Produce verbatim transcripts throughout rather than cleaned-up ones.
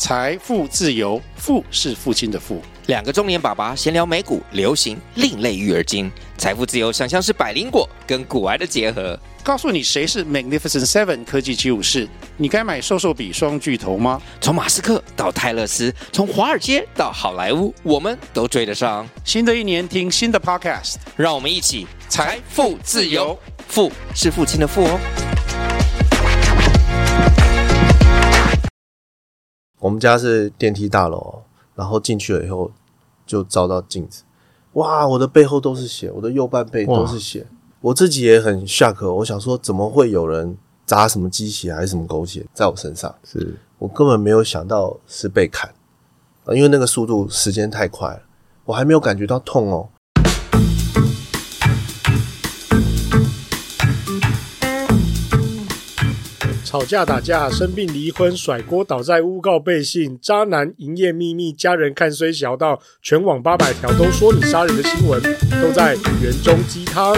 财富自由，富是父亲的富。 两个中年爸爸闲聊美股、流行、另类育儿经。财富自由想象是百灵果跟股癌的结合。 告诉你谁是 Magnificent Seven 科技七武士，你该买瘦瘦比双巨头吗？ 从马斯克到泰勒斯，从华尔街到好莱坞，我们都追得上。 新的一年听新的 Podcast， 让我们一起财富自由， 富是父亲的富哦。 我们家是电梯大楼，然后进去了以后就照到镜子，哇，我的背后都是血，我的右半背都是血，我自己也很 shock， 我想说怎么会有人砸什么鸡血还是什么狗血在我身上， 是我根本没有想到是被砍，因为那个速度时间太快了，我还没有感觉到痛哦。 吵架打架生病离婚甩锅倒债诬告被信渣男营业秘密家人看衰小到全网八百条都说你杀人的新闻都在元中鸡汤。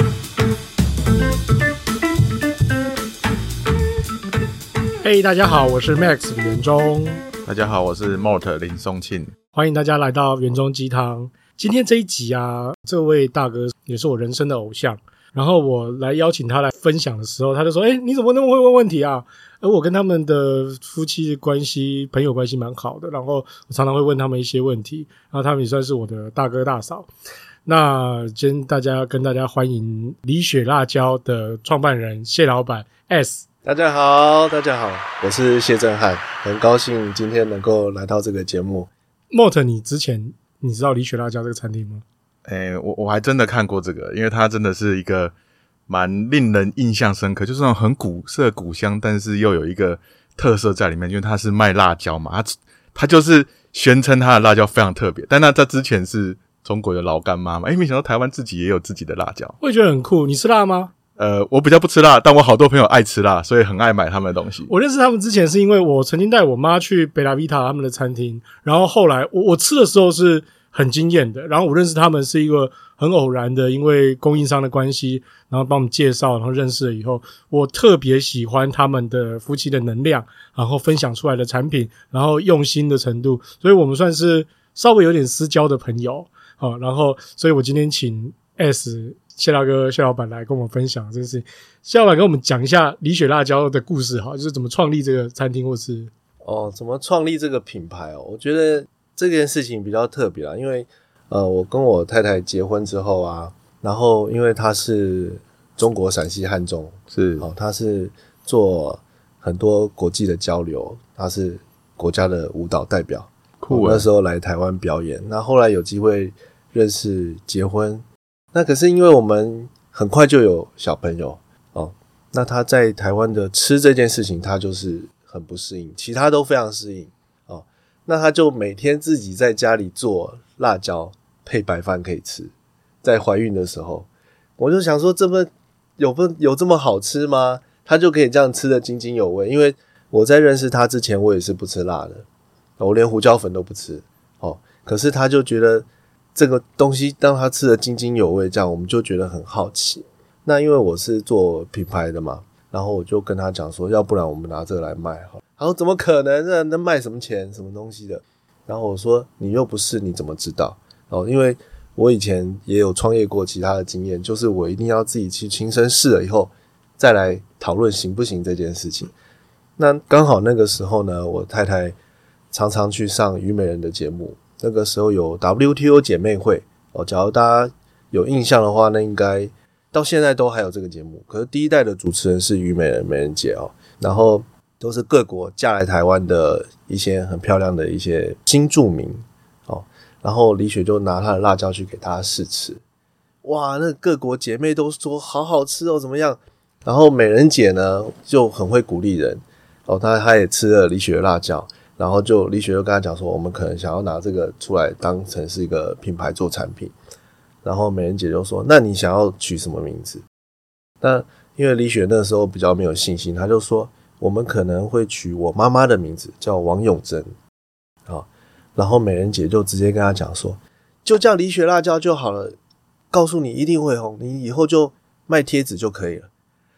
嘿、hey, 大家好，我是 Max 元中。 大家好，我是 Mort 林松庆。 欢迎大家来到元中鸡汤。今天这一集啊，这位大哥也是我人生的偶像，然后我来邀请他来分享的时候，他就说诶、欸、你怎么那么会问问题啊？而我跟他们的夫妻关系朋友关系蛮好的，然后我常常会问他们一些问题，然后他们也算是我的大哥大嫂。那今天大家跟大家欢迎李雪辣椒的创办人谢老板 S。 大家好大家好，我是谢震汉，很高兴今天能够来到这个节目。 Mort 你之前你知道李雪辣椒这个餐厅吗？ 欸、我我还真的看过这个，因为它真的是一个蛮令人印象深刻，就是那种很古色古香，但是又有一个特色在里面，因为它是卖辣椒嘛，它它就是宣称它的辣椒非常特别，但那在之前是中国有老干妈嘛，诶、欸、没想到台湾自己也有自己的辣椒， 我也觉得很酷。你吃辣吗？ 呃，我比较不吃辣，但我好多朋友爱吃辣，所以很爱买他们的东西。 我认识他们之前是因为我曾经带我妈去贝拉维塔他们的餐厅，然后后来我我吃的时候是很惊艳的，然后我认识他们是一个很偶然的，因为供应商的关系，然后帮我们介绍，然后认识了以后，我特别喜欢他们的夫妻的能量，然后分享出来的产品，然后用心的程度，所以我们算是稍微有点私交的朋友。好，然后所以我今天请 S 谢大哥谢老板来跟我们分享这件事。谢老板跟我们讲一下李雪辣椒的故事，好，就是怎么创立这个餐厅，或是哦，怎么创立这个品牌哦？我觉得这件事情比较特别啦，因为呃，我跟我太太结婚之后啊，然后因为她是中国陕西汉中， 是哦，她是做很多国际的交流，她是国家的舞蹈代表， 酷欸、 哦、那时候来台湾表演，那后来有机会认识结婚，那可是因为我们很快就有小朋友哦，那她在台湾的吃这件事情，她就是很不适应，其他都非常适应。那他就每天自己在家里做辣椒配白饭可以吃，在怀孕的时候，我就想说这么有不有这么好吃吗？他就可以这样吃得津津有味，因为我在认识他之前我也是不吃辣的，我连胡椒粉都不吃哦。可是他就觉得这个东西让他吃得津津有味，这样我们就觉得很好奇。那因为我是做品牌的嘛，然后我就跟他讲说，要不然我们拿这个来卖好了。他说怎么可能呢？能卖什么钱什么东西的？然后我说你又不是，你怎么知道？哦，因为我以前也有创业过其他的经验，就是我一定要自己去亲身试了以后再来讨论行不行这件事情。那刚好那个时候呢，我太太常常去上虞美人的节目，那个时候有 W T O 姐妹会哦，假如大家有印象的话，那应该到现在都还有这个节目。可是第一代的主持人是虞美人美人姐哦，然后都是各国嫁来台湾的一些很漂亮的一些新住民哦，然后李雪就拿她的辣椒去给大家试吃，哇，那各国姐妹都说好好吃哦，怎么样？然后美人姐呢就很会鼓励人哦，她她也吃了李雪的辣椒，然后就李雪就跟她讲说，我们可能想要拿这个出来当成是一个品牌做产品，然后美人姐就说，那你想要取什么名字？那因为李雪那时候比较没有信心，她就说，我们可能会取我妈妈的名字叫王永贞、哦、然后美人姐就直接跟她讲说，就叫李雪辣椒就好了，告诉你一定会红，你以后就卖贴纸就可以了。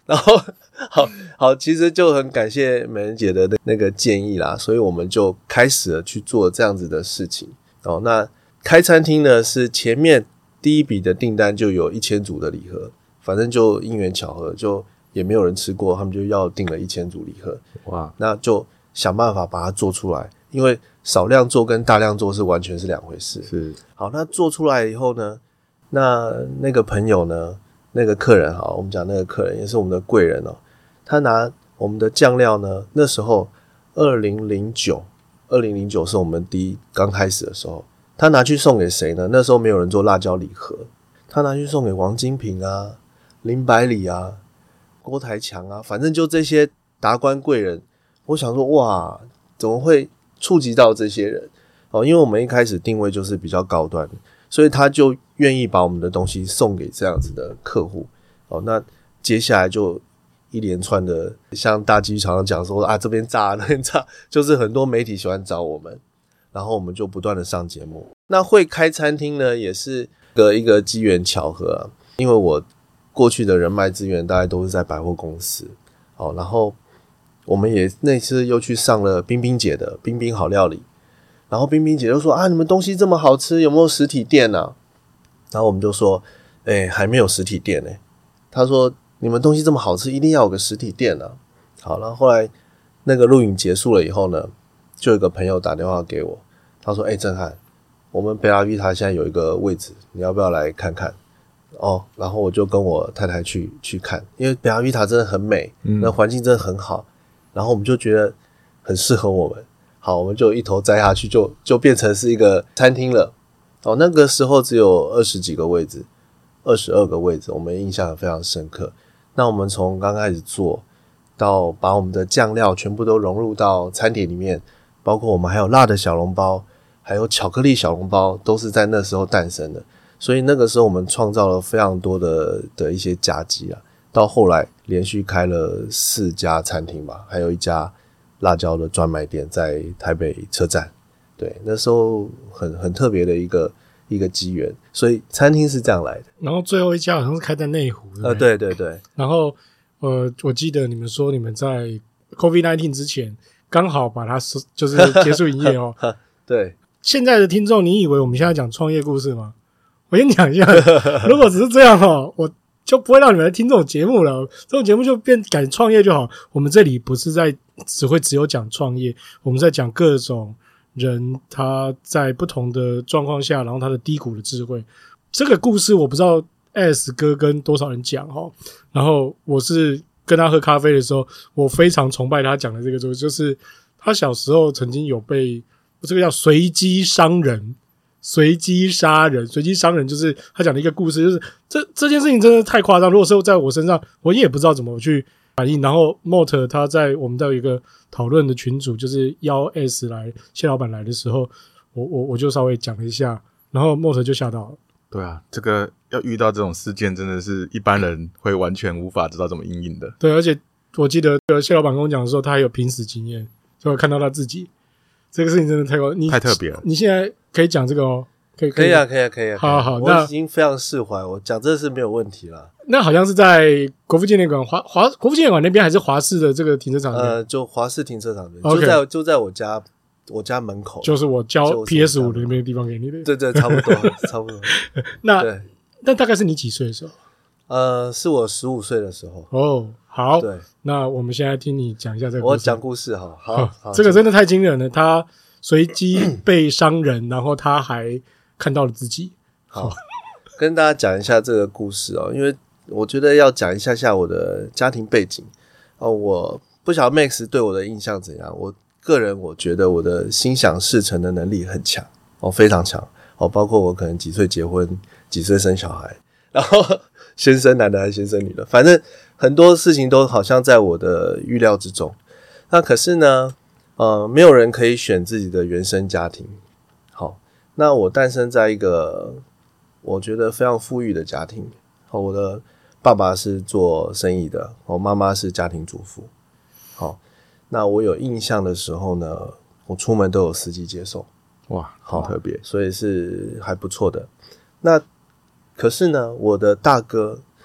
然后好好，其实就很感谢美人姐的那个建议啦，所以我们就开始了去做这样子的事情。哦，那开餐厅呢是前面第一笔的订单就有一千组的礼盒，反正就因缘巧合，就也没有人吃过，他们就要订了一千组礼盒。 哇， 那就想办法把它做出来，因为少量做跟大量做是完全是两回事。 是好，那做出来以后呢，那那个朋友呢，那个客人好，我们讲那个客人也是我们的贵人哦，他拿我们的酱料呢，那时候二零零九二零零九是我们第一刚开始的时候，他拿去送给谁呢？那时候没有人做辣椒礼盒，他拿去送给王金平啊、林百里啊、郭台强啊，反正就这些达官贵人。我想说，哇，怎么会触及到这些人？哦，因为我们一开始定位就是比较高端，所以他就愿意把我们的东西送给这样子的客户。哦，那接下来就一连串的，像大鸡常常讲说啊，这边炸那边炸，就是很多媒体喜欢找我们，然后我们就不断的上节目。那会开餐厅呢，也是个一个机缘巧合啊，因为我过去的人脉资源大概都是在百货公司，哦，然后我们也那次又去上了冰冰姐的冰冰好料理，然后冰冰姐就说啊，你们东西这么好吃，有没有实体店啊？然后我们就说，哎、欸，还没有实体店呢、欸。他说你们东西这么好吃，一定要有个实体店啊。好，然后后来那个录影结束了以后呢，就有一个朋友打电话给我，他说，哎、欸，震撼，我们贝拉维塔现在有一个位置，你要不要来看看？哦，然后我就跟我太太去去看，因为贝拉维塔真的很美，嗯、那环境真的很好。然后我们就觉得很适合我们，好，我们就一头栽下去，就就变成是一个餐厅了。哦，那个时候只有二十几个位置，二十二个位置，我们印象非常深刻。那我们从刚开始做到把我们的酱料全部都融入到餐点里面，包括我们还有辣的小笼包，还有巧克力小笼包，都是在那时候诞生的。所以那个时候我们创造了非常多的的一些佳绩啊。到后来连续开了四家餐厅吧，还有一家辣椒的专卖店在台北车站。对，那时候很很特别的一个一个机缘，所以餐厅是这样来的。 然后最后一家好像是开在内湖， 呃，对对对。 然后呃，我记得你们说你们在 COVID 十九 之前刚好把它就是结束营业哦。 对。 现在的听众，你以为我们现在讲创业故事吗？我跟你讲一下，如果只是这样哦，我就不会让你们来听这种节目了，这种节目就变改创业就好。我们这里不是在只会只有讲创业，我们在讲各种人他在不同的状况下，然后他的低谷的智慧。这个故事我不知道 S 哥跟多少人讲齁，然后我是跟他喝咖啡的时候，我非常崇拜他讲的这个故事，就是他小时候曾经有被这个叫随机伤人。随机杀人，随机伤人就是他讲的一个故事，就是这这件事情真的太夸张。如果是在我身上，我也不知道怎么去反应。然后 Mort 他在我们在有一个讨论的群组，就是邀 S 来谢老板来的时候，我我我就稍微讲了一下，然后 Mort 就吓到了。 对啊，这个要遇到这种事件，真的是一般人会完全无法知道怎么因应的。 对，而且我记得谢老板跟我讲的时候，他还有濒死经验，就会看到他自己。这个事情真的太你太特别了。 你现在可以讲这个哦，可以可以啊，可以啊，可以啊。 好好， 我已经非常释怀，我讲这是没有问题啦。 那好像是在国父纪念馆华华国父纪念馆那边，还是华视的这个停车场那边？ 呃，就华视停车场那边， okay, 就在就在我家我家门口， 就是我交 P S 五 的那边的地方给你的。 对对，差不多，差不多。 那对， 那大概是你几岁的时候？ 呃，是我十五岁的时候。 哦，好， 对， 那我们现在听你讲一下这个故事。 我讲故事哈，好，好， 这个真的太惊人了。他随机被伤人，然后他还看到了自己。 好，跟大家讲一下这个故事哦，因为我觉得要讲一下下我的家庭背景哦。我不晓得 Max 对我的印象怎样，我个人我觉得我的心想事成的能力很强哦，非常强哦，包括我可能几岁结婚，几岁生小孩，然后先生男的还是先生女的，反正很多事情都好像在我的预料之中。那可是呢，呃，没有人可以选自己的原生家庭。好，那我诞生在一个我觉得非常富裕的家庭。好，我的爸爸是做生意的，我妈妈是家庭主妇。好，那我有印象的时候呢，我出门都有司机接送。 哇，好特别， 所以是还不错的。那可是呢，我的大哥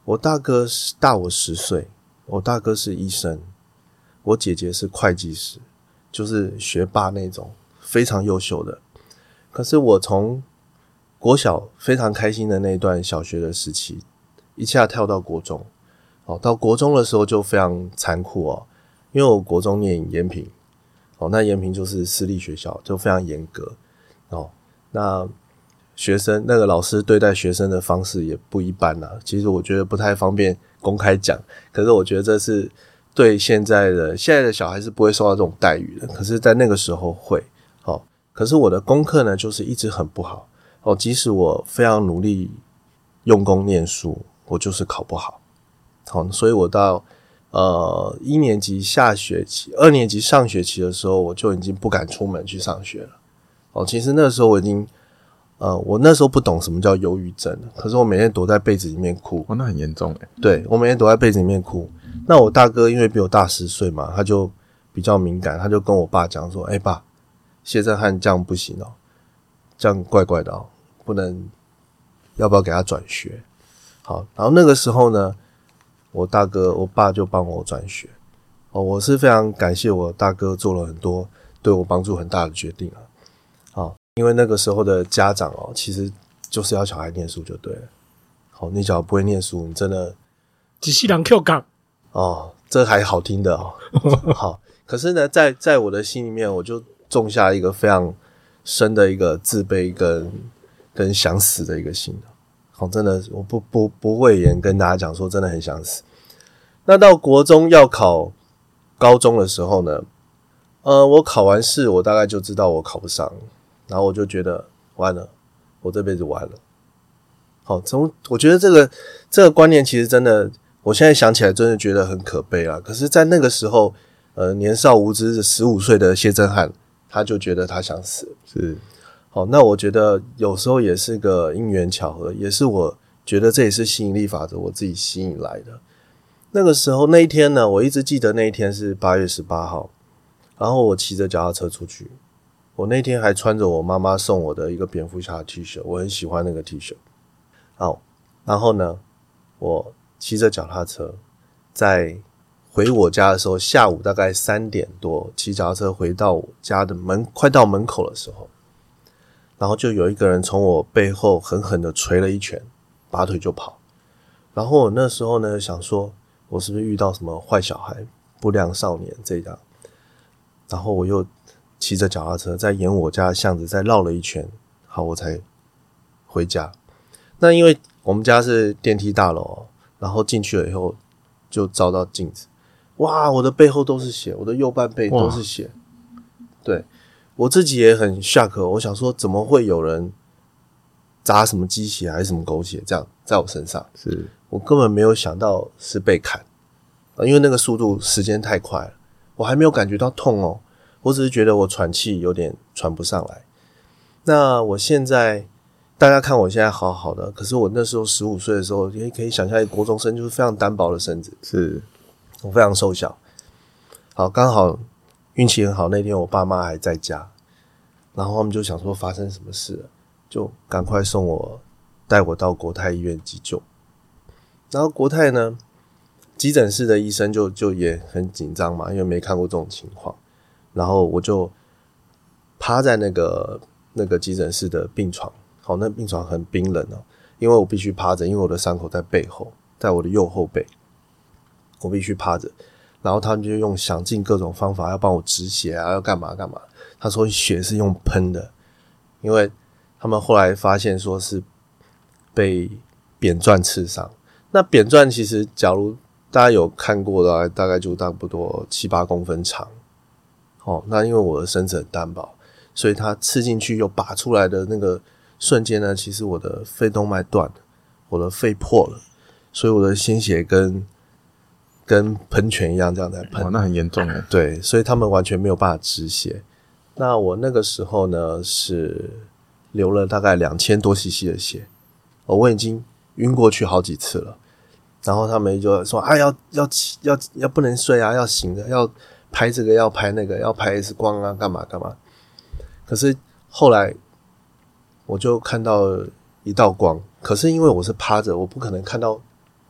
我大哥是大我十岁，我大哥是医生，我姐姐是会计师，就是学霸那种非常优秀的。可是我从国小非常开心的那一段小学的时期，一下跳到国中，哦，到国中的时候就非常残酷哦，因为我国中念延平，哦，那延平就是私立学校，就非常严格哦。那学生那个老师对待学生的方式也不一般啦，其实我觉得不太方便公开讲，可是我觉得这是对现在的现在的小孩是不会受到这种待遇的，可是在那个时候会。哦，可是我的功课呢就是一直很不好哦，即使我非常努力用功念书，我就是考不好。好，所以我到呃一年级下学期二年级上学期的时候，我就已经不敢出门去上学了。哦，其实那时候我已经呃，我那时候不懂什么叫忧郁症，可是我每天躲在被子里面哭。 哦，那很严重诶。 对，我每天躲在被子里面哭。那我大哥因为比我大十岁嘛，他就比较敏感，他就跟我爸讲说：“哎、欸、爸，谢震撼这样不行哦，这样怪怪的哦，不能，要不要给他转学？”好，然后那个时候呢，我大哥我爸就帮我转学。哦，我是非常感谢我大哥做了很多对我帮助很大的决定啊。好，因为那个时候的家长哦，其实就是要小孩念书就对了。好，你只要不会念书，你真的一世人 Q 港哦，这还好听的哦。好，可是呢，在在我的心里面，我就种下一个非常深的一个自卑跟跟想死的一个心。好，真的，我不不不讳言跟大家讲说，真的很想死。那到国中要考高中的时候呢，呃，我考完试，我大概就知道我考不上，然后我就觉得完了，我这辈子完了。好，从我觉得这个这个观念其实真的，我现在想起来真的觉得很可悲啊。可是，在那个时候，呃，年少无知的十五岁的谢震撼，他就觉得他想死。 是， 好，那我觉得有时候也是个因缘巧合，也是我觉得这也是吸引力法则，我自己吸引来的。那个时候那一天呢，我一直记得那一天是八月十八号，然后我骑着脚踏车出去，我那天还穿着我妈妈送我的一个蝙蝠侠的 T 恤，我很喜欢那个 T 恤。好，然后呢，我骑着脚踏车在回我家的时候，下午大概三点多，骑脚踏车回到我家的门，快到门口的时候，然后就有一个人从我背后狠狠的捶了一拳，拔腿就跑。然后我那时候呢想说，我是不是遇到什么坏小孩、不良少年这样？然后我又骑着脚踏车在沿我家的巷子再绕了一圈，好，我才回家。那因为我们家是电梯大楼哦，然后进去了以后就照到镜子，哇，我的背后都是血，我的右半背都是血。对，我自己也很 shock， 我想说怎么会有人砸什么鸡血还是什么狗血这样在我身上？ 是我根本没有想到是被砍，因为那个速度时间太快了，我还没有感觉到痛哦，我只是觉得我喘气有点喘不上来。那我现在大家看我现在好好的，可是我那时候十五岁的时候，也可以想象一个国中生就是非常单薄的身子， 是我非常瘦小。好，刚好运气很好，那天我爸妈还在家，然后他们就想说发生什么事了，就赶快送我带我到国泰医院急救。然后国泰呢，急诊室的医生就就也很紧张嘛，因为没看过这种情况。然后我就趴在那个那个急诊室的病床。好，那病床很冰冷哦，因为我必须趴着，因为我的伤口在背后，在我的右后背，我必须趴着。然后他们就用想尽各种方法要帮我止血啊，要干嘛干嘛。他说血是用喷的，因为他们后来发现说是被扁钻刺伤。那扁钻其实，假如大家有看过的，大概就差不多七八公分长。哦，那因为我的身子很单薄，所以它刺进去又拔出来的那个瞬间呢，其实我的肺动脉断了，我的肺破了，所以我的鲜血跟跟喷泉一样这样在喷。 哇，那很严重耶。 对，所以他们完全没有办法止血。那我那个时候呢，是流了大概两千多 C C 的血，哦，我已经晕过去好几次了。然后他们就说：“啊，要要要要不能睡啊，要醒的，要拍这个，要拍那个，要拍 X 光啊，干嘛干嘛。”可是后来我就看到一道光，可是因为我是趴着，我不可能看到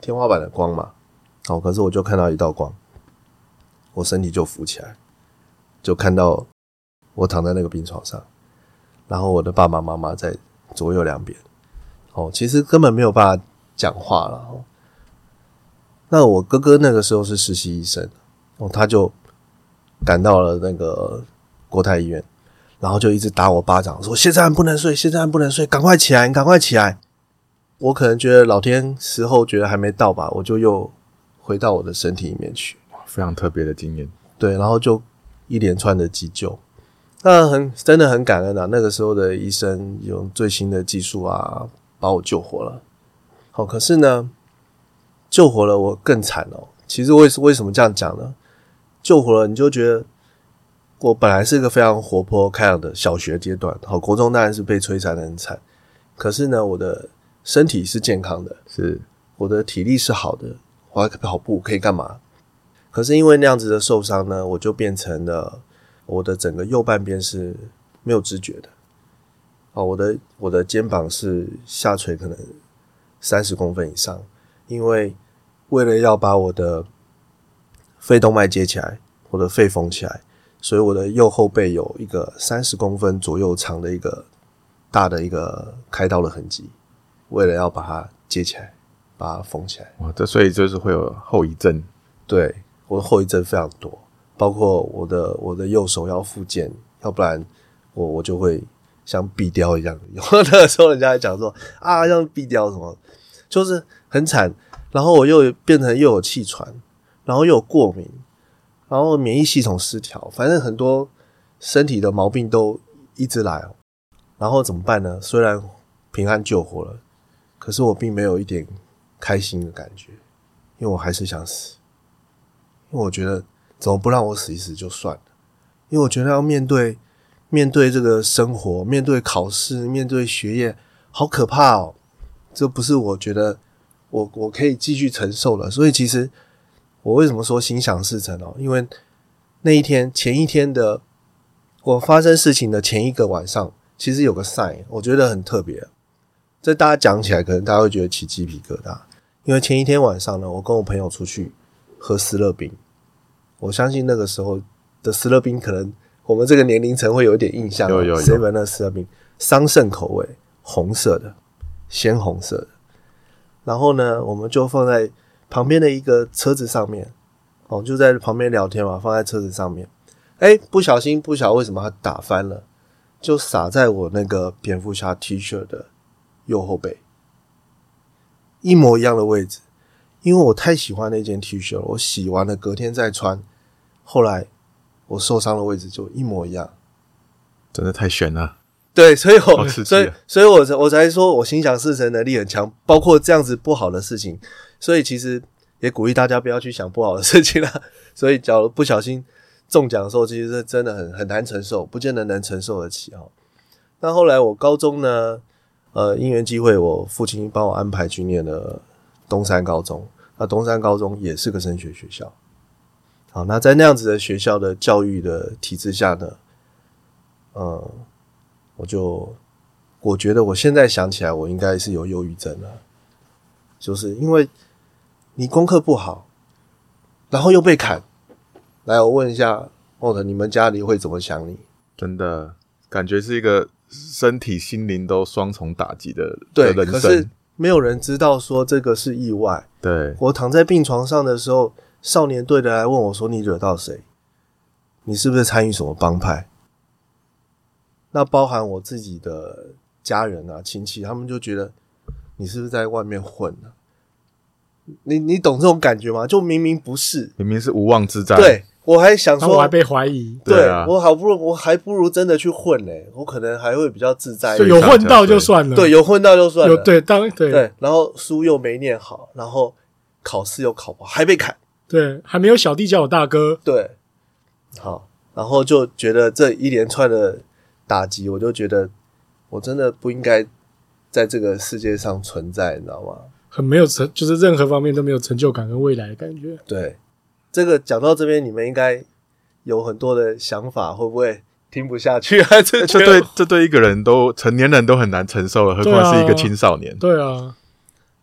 天花板的光嘛，哦，可是我就看到一道光，我身体就浮起来，就看到我躺在那个病床上，然后我的爸爸妈妈在左右两边，哦，其实根本没有办法讲话了。哦，那我哥哥那个时候是实习医生，哦，他就赶到了那个国泰医院，然后就一直打我巴掌，说现在不能睡，现在不能睡，赶快起来，你赶快起来。我可能觉得老天时候觉得还没到吧，我就又回到我的身体里面去。 非常特别的经验。 对，然后就一连串的急救，那很真的很感恩啊！那个时候的医生用最新的技术啊，把我救活了。好，可是呢，救活了我更惨哦。其实为为什么这样讲呢？救活了，你就觉得我本来是一个非常活泼开朗的小学阶段，好，国中当然是被摧残的很惨，可是呢，我的身体是健康的， 是我的体力是好的，我还可以跑步，可以干嘛？可是因为那样子的受伤呢，我就变成了我的整个右半边是没有知觉的。哦，我的我的肩膀是下垂可能三十公分以上，因为为了要把我的肺动脉接起来，我的肺缝起来，所以我的右后背有一个三十公分左右长的一个大的一个开刀的痕迹，为了要把它接起来，把它缝起来。 哇，这所以就是会有后遗症。 对，我的后遗症非常多，包括我的我的右手要复健，要不然我我就会像壁雕一样。有那个时候人家还讲说啊，像壁雕什么，就是很惨。然后我又变成又有气喘，然后又有过敏，然后免疫系统失调，反正很多身体的毛病都一直来。然后怎么办呢？虽然平安救活了，可是我并没有一点开心的感觉，因为我还是想死。因为我觉得怎么不让我死一死就算了，因为我觉得要面对面对这个生活，面对考试，面对学业，好可怕哦！这不是我觉得我我可以继续承受了。所以其实我为什么说心想事成哦？因为那一天前一天的我发生事情的前一个晚上，其实有个 sign， 我觉得很特别。这大家讲起来可能大家会觉得起鸡皮疙瘩，因为前一天晚上呢，我跟我朋友出去喝思乐冰，我相信那个时候的思乐冰可能我们这个年龄层会有一点印象。 有有有 seven 的思乐冰，桑葚口味，红色的，鲜红色的。然后呢，我们就放在旁边的一个车子上面，哦，就在旁边聊天嘛，放在车子上面。哎，不小心不晓得为什么它打翻了，就洒在我那个蝙蝠侠 T 恤的右后背，一模一样的位置。因为我太喜欢那件 T 恤了，我洗完了隔天再穿，后来我受伤的位置就一模一样， 真的太悬了。 对，所以我好刺激所以所以我我才说我心想事成能力很强，包括这样子不好的事情，所以其实也鼓励大家不要去想不好的事情啦。所以假如不小心中奖的时候，其实真的很很难承受，不见得能承受得起哦。那后来我高中呢，呃，因缘机会，我父亲帮我安排去念了东山高中。那东山高中也是个升学学校。好，那在那样子的学校的教育的体制下呢，呃，我就我觉得我现在想起来，我应该是有忧郁症了，就是因为你功课不好，然后又被砍。来，我问一下奥特，你们家里会怎么想你？ 真的感觉是一个身体心灵都双重打击的对， 的人生。 可是没有人知道说这个是意外。 对， 我躺在病床上的时候，少年队的来问我说：“你惹到谁？你是不是参与什么帮派？”那包含我自己的家人啊、亲戚，他们就觉得你是不是在外面混啊？你你懂这种感觉吗？就明明不是， 明明是无妄之灾。 对，我还想说， 然后我还被怀疑， 对， 对啊我好不容易，我还不如真的去混嘞、欸，我可能还会比较自在一就点。 有混到就算了， 对，有混到就算了。 有对当对对，然后书又没念好，然后考试又考不好，还被砍。 对，还没有小弟叫我大哥， 对，好，然后就觉得这一连串的打击，我就觉得我真的不应该在这个世界上存在，你知道吗？ 很没有成，就是任何方面都没有成就感跟未来的感觉。 对，这个讲到这边，你们应该有很多的想法，会不会听不下去？还是这对这对一个人都成年人都很难承受了，何况是一个青少年。 对啊，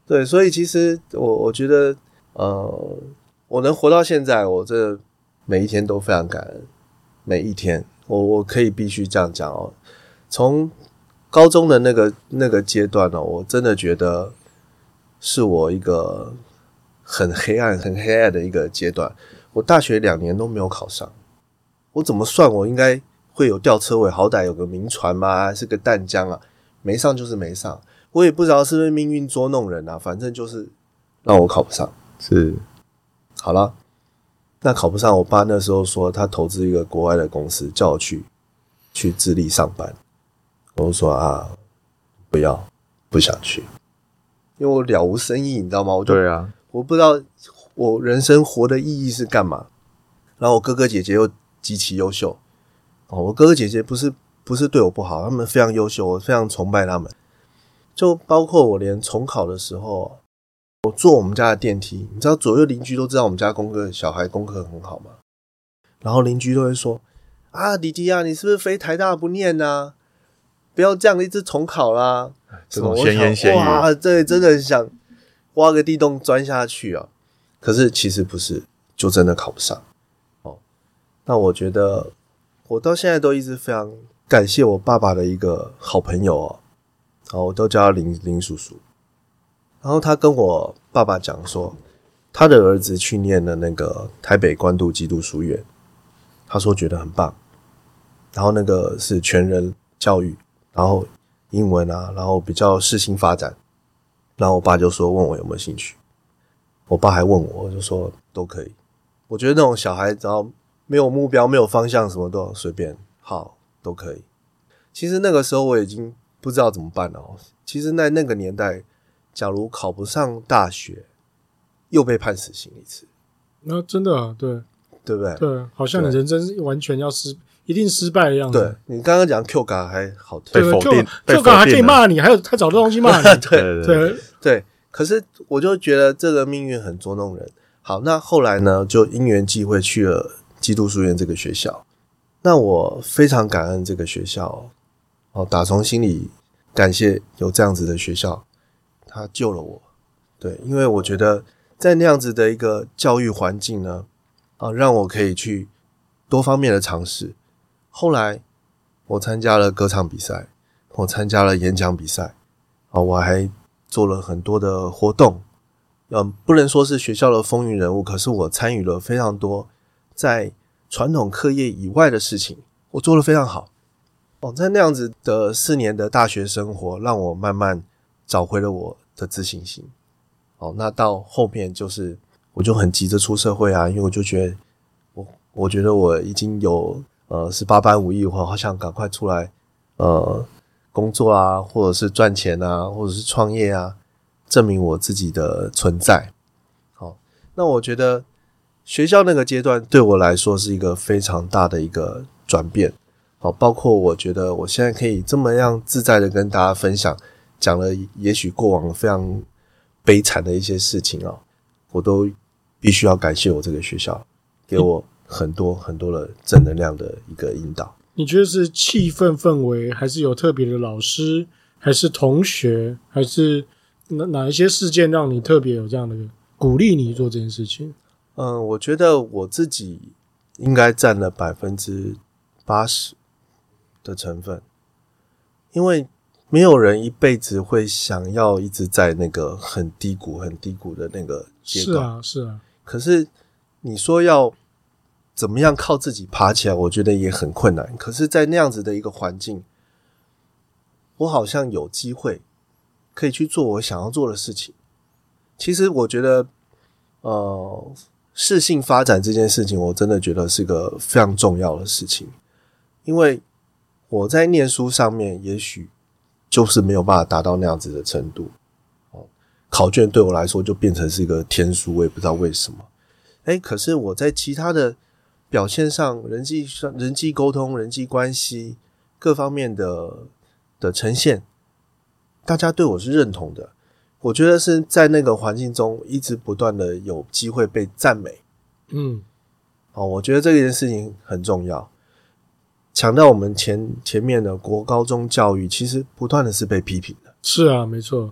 对，所以其实我我觉得，呃，我能活到现在，我这每一天都非常感恩，每一天，我我可以必须这样讲哦。从高中的那个那个阶段哦，我真的觉得是我一个很黑暗、很黑暗的一个阶段。我大学两年都没有考上，我怎么算我应该会有吊车尾，好歹有个名传嘛，还是个淡江啊，没上就是没上。我也不知道是不是命运捉弄人啊，反正就是让我考不上。 是， 好了，那考不上，我爸那时候说他投资一个国外的公司，叫我去去智利上班。我就说啊，不要，不想去，因为我了无生意，你知道吗？我就对啊， 我不知道我人生活的意义是干嘛。然后我哥哥姐姐又极其优秀，哦，我哥哥姐姐不是不是对我不好，他们非常优秀，我非常崇拜他们。就包括我连重考的时候，我坐我们家的电梯，你知道左右邻居都知道我们家功课小孩功课很好嘛，然后邻居都会说啊，弟弟啊，你是不是非台大不念啊？不要这样一直重考啦！ 这种闲言闲语， 哇，这真的很想挖个地洞钻下去啊！可是其实不是，就真的考不上哦。那我觉得我到现在都一直非常感谢我爸爸的一个好朋友哦，然后我都叫他林林叔叔。然后他跟我爸爸讲说，他的儿子去念了那个台北关渡基督书院，他说觉得很棒。然后那个是全人教育，然后英文啊，然后比较适性发展。然后我爸就说问我有没有兴趣，我爸还问我，我就说都可以。我觉得那种小孩只要没有目标、没有方向，什么都随便，好都可以。其实那个时候我已经不知道怎么办了哦。其实在那个年代，假如考不上大学，又被判死刑一次， 那真的啊，对对不对？ 对，好像你人生完全要失，一定失败的样子。 对，你刚刚讲 Q 卡还好听， 被否定，被否定 Q 卡还可以骂你，还有他找的东西骂你。 对对对对，可是我就觉得这个命运很捉弄人。好，那后来呢，就因缘际会去了基督书院这个学校。那我非常感恩这个学校哦，打从心里感谢有这样子的学校，它救了我。对，因为我觉得在那样子的一个教育环境呢，啊，让我可以去多方面的尝试。后来我参加了歌唱比赛，我参加了演讲比赛，啊，我还做了很多的活动。嗯，不能说是学校的风云人物，可是我参与了非常多在传统课业以外的事情，我做得非常好。哦，在那样子的四年的大学生活，让我慢慢找回了我的自信心。哦，那到后面就是我就很急着出社会啊，因为我就觉得我我觉得我已经有呃十八般武艺，我好想赶快出来呃工作啊，或者是赚钱啊，或者是创业啊，证明我自己的存在。好，那我觉得学校那个阶段对我来说是一个非常大的一个转变。好，包括我觉得我现在可以这么样自在的跟大家分享，讲了也许过往非常悲惨的一些事情啊，我都必须要感谢我这个学校，给我很多很多的正能量的一个引导。 你觉得是气氛氛围，还是有特别的老师，还是同学，还是哪哪一些事件让你特别有这样的鼓励你做这件事情？ 嗯，我觉得我自己应该占了百分之八十的成分，因为没有人一辈子会想要一直在那个很低谷、很低谷的那个阶段。 是啊，是啊。 可是你说要怎么样靠自己爬起来，我觉得也很困难。可是，在那样子的一个环境，我好像有机会可以去做我想要做的事情。其实，我觉得，呃，适性发展这件事情，我真的觉得是个非常重要的事情，因为我在念书上面，也许就是没有办法达到那样子的程度。哦，考卷对我来说就变成是一个天书，我也不知道为什么。诶，可是我在其他的表现上，人际上、人际沟通、人际关系各方面的的呈现，大家对我是认同的。我觉得是在那个环境中一直不断的有机会被赞美。 嗯， 哦，我觉得这件事情很重要。强调我们前前面的国高中教育，其实不断的是被批评的。 是啊，没错。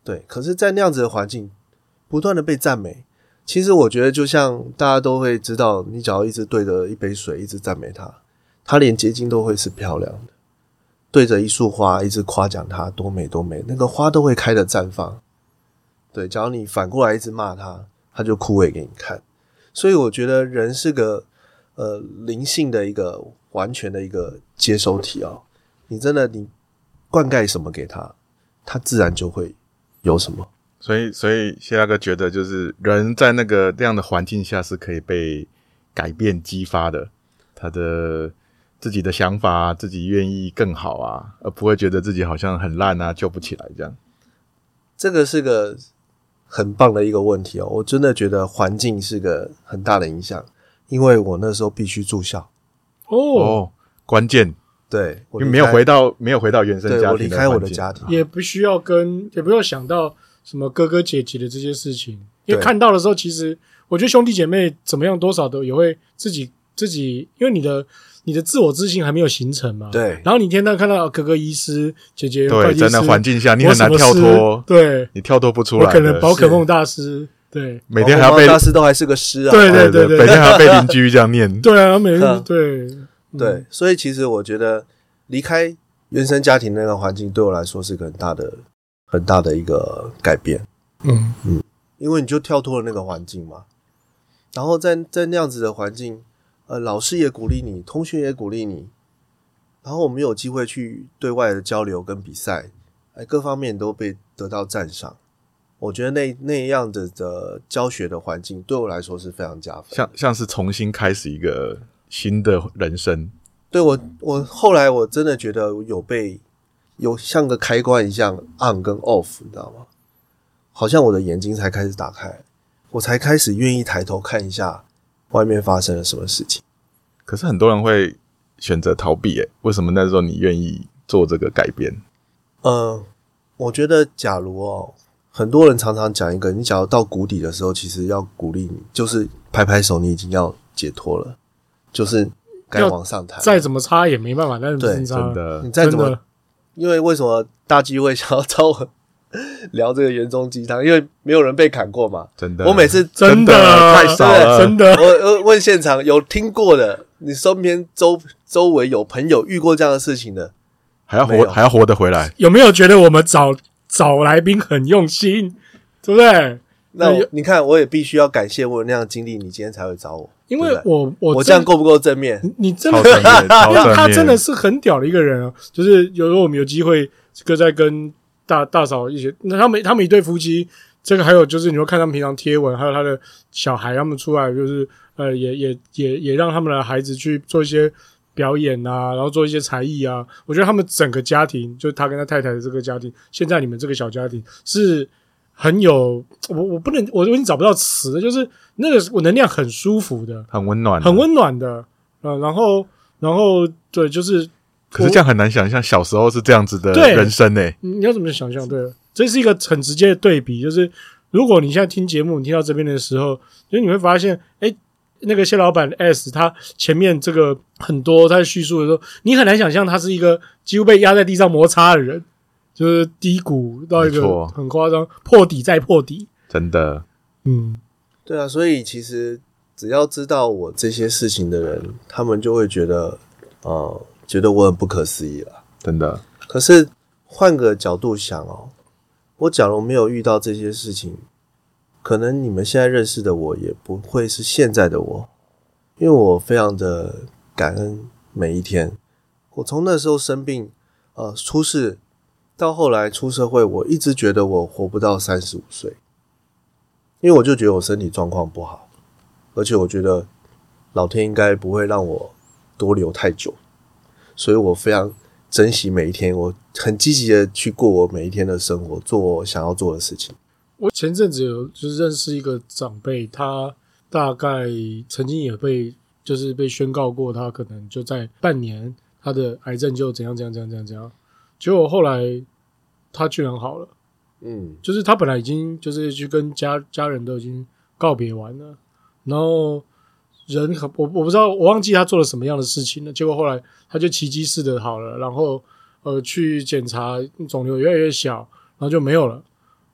对，可是在那样子的环境不断的被赞美，其实我觉得就像大家都会知道，你只要一直对着一杯水一直赞美它，它连结晶都会是漂亮的，对着一束花一直夸奖它多美多美，那个花都会开的绽放。对，假如你反过来一直骂它，它就枯萎给你看。所以我觉得人是个呃灵性的一个完全的一个接收体哦，你真的你灌溉什么给它，它自然就会有什么。 所以，所以谢大哥觉得，就是人在那个这样的环境下是可以被改变、激发的，他的自己的想法啊，自己愿意更好啊，而不会觉得自己好像很烂啊，救不起来这样。 这个是个很棒的一个问题哦，我真的觉得环境是个很大的影响，因为我那时候必须住校哦， 哦，关键， 对， 因为没有回到没有回到原生家庭的环境， 对，我离开我的家庭， 也不需要跟，也不用想到什么哥哥姐姐的这些事情，因为看到的时候，其实我觉得兄弟姐妹怎么样，多少都也会自己自己，因为你的你的自我自信还没有形成嘛， 对。 然后你天天看到哥哥医师、姐姐会对， 计师， 在那环境下，你很难跳脱， 对， 你跳脱不出来的。 我可能宝可梦大师，对， 每天还要被大师都还是个师啊， 对对对对， 每天还要被邻居这样念， 对啊，每天对对，所以其实我觉得离开原生家庭那个环境，对我来说是个很大的、很大的一个改变。 嗯嗯，因为你就跳脱了那个环境嘛，然后在在那样子的环境，呃，老师也鼓励你，同学也鼓励你，然后我们有机会去对外的交流跟比赛，哎，各方面都被得到赞赏。我觉得那那样子的教学的环境对我来说是非常加分， 像像是重新开始一个新的人生。 对我我后来我真的觉得有被有像个开关一样 on 跟 off， 你知道吗？好像我的眼睛才开始打开，我才开始愿意抬头看一下外面发生了什么事情。 可是很多人会选择逃避，诶，为什么那时候你愿意做这个改变？ 呃，我觉得假如哦，很多人常常讲一个，你假如到谷底的时候，其实要鼓励你，就是拍拍手，你已经要解脱了，就是该往上抬。 再怎么差也没办法，但是对， 真的， 你再怎么，因为为什么大机会想要找我聊这个原中鸡汤？因为没有人被砍过嘛。 真的， 我每次真的太少了， 真的。 我我问现场有听过的，你身边周周围有朋友遇过这样的事情的， 还要活还要活得回来？ 有没有觉得我们找找来宾很用心，对不对？ 那你看，我也必须要感谢我有那样的经历，你今天才会找我。 因为我我我这样够不够正面？ 你, 你真的，因为他真的是很屌的一个人啊！就是有时候我们有机会，这个在跟大大嫂一起，那他们他们一对夫妻，这个还有就是你会看他们平常贴文，还有他的小孩，他们出来就是呃，也也也也让他们的孩子去做一些表演啊，然后做一些才艺啊。我觉得他们整个家庭，就是他跟他太太的这个家庭，现在你们这个小家庭是很有，我我不能，我已经找不到词了，就是那个我能量很舒服的， 很温暖， 很温暖的，呃，然后然后对，就是， 可是这样很难想象小时候是这样子的人生诶、欸。 你要怎么想象？对，这是一个很直接的对比，就是如果你现在听节目，你听到这边的时候，就你会发现，哎，那个谢老板 S 他前面这个很多在叙述的时候，你很难想象他是一个几乎被压在地上摩擦的人。就是低谷到一个很夸张，破底再破底， 真的， 嗯， 对啊，所以其实只要知道我这些事情的人，他们就会觉得，呃，觉得我很不可思议了， 真的。 可是换个角度想哦，我假如没有遇到这些事情，可能你们现在认识的我也不会是现在的我，因为我非常的感恩每一天。我从那时候生病，呃，出事。到后来出社会，我一直觉得我活不到三十五岁，因为我就觉得我身体状况不好，而且我觉得老天应该不会让我多留太久，所以我非常珍惜每一天，我很积极的去过我每一天的生活，做我想要做的事情。 我前阵子有就是认识一个长辈，他大概曾经也被就是被宣告过，他可能就在半年，他的癌症就怎样怎样怎样怎样怎样，结果后来。他居然好了， 嗯， 就是他本来已经就是去跟家家人都已经告别完了，然后人很我我不知道我忘记他做了什么样的事情了，结果后来他就奇迹似的好了，然后呃去检查肿瘤越来越小，然后就没有了，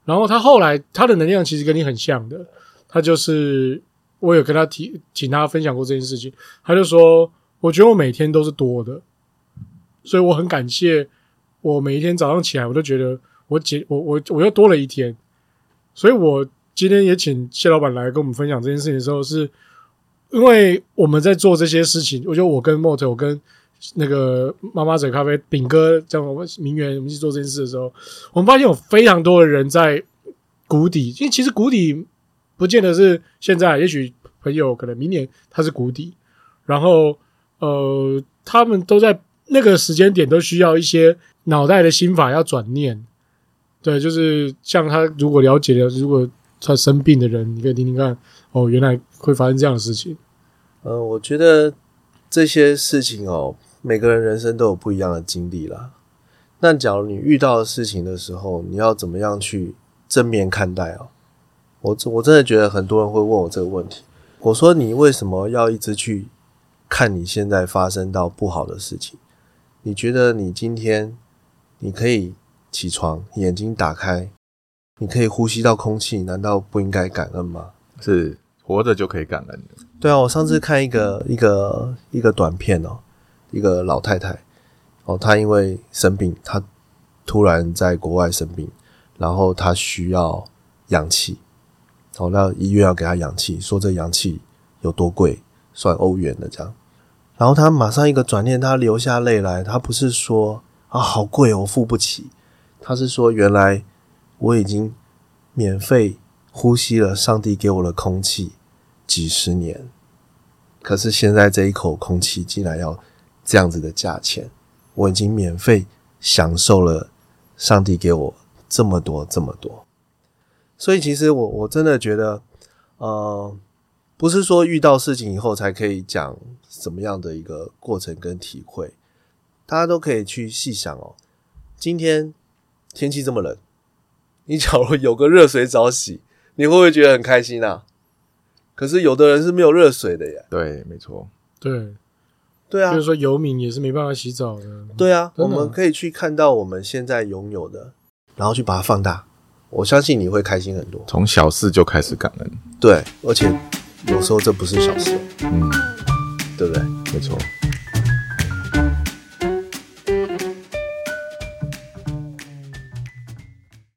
然后他后来他的能量其实跟你很像的，他就是我有跟他提请他分享过这件事情，他就说我觉得我每天都是多的，所以我很感谢我每一天早上起来我都觉得我解我我我又多了一天，所以我今天也请谢老板来跟我们分享这件事情的时候，是因为我们在做这些事情，我觉得我跟 Mort 我跟那个妈妈嘴咖啡炳哥这样我们名媛我们去做这件事的时候，我们发现有非常多的人在谷底，因为其实谷底不见得是现在，也许朋友可能明年他是谷底，然后呃他们都在那个时间点都需要一些脑袋的心法要转念，对，就是像他如果了解了，如果他生病的人，你可以听听看，哦，原来会发生这样的事情。 呃，我觉得这些事情哦，每个人人生都有不一样的经历啦。那假如你遇到的事情的时候，你要怎么样去正面看待哦？我我真的觉得很多人会问我这个问题。我说你为什么要一直去看你现在发生到不好的事情？你觉得你今天你可以起床，眼睛打开，你可以呼吸到空气，难道不应该感恩吗？ 是活着就可以感恩的。 对啊，我上次看一个一个一个短片哦，一个老太太哦，她因为生病，她突然在国外生病，然后她需要氧气，哦，那医院要给她氧气，说这氧气有多贵，算欧元的这样，然后她马上一个转念，她流下泪来，她不是说啊好贵哦，我付不起，她是说原来我已经免费呼吸了上帝给我的空气几十年，可是现在这一口空气竟然要这样子的价钱，我已经免费享受了上帝给我这么多这么多。所以其实我我真的觉得呃，不是说遇到事情以后才可以讲什么样的一个过程跟体会，大家都可以去细想哦，今天天气这么冷，你假如有个热水澡洗，你会不会觉得很开心啊？可是有的人是没有热水的耶。 对，没错。 对， 对啊， 就是说游民也是没办法洗澡的。 对啊， 真的我们可以去看到我们现在拥有的，然后去把它放大，我相信你会开心很多。 从小事就开始感恩。 对，而且有时候这不是小事， 嗯， 对不对？ 没错。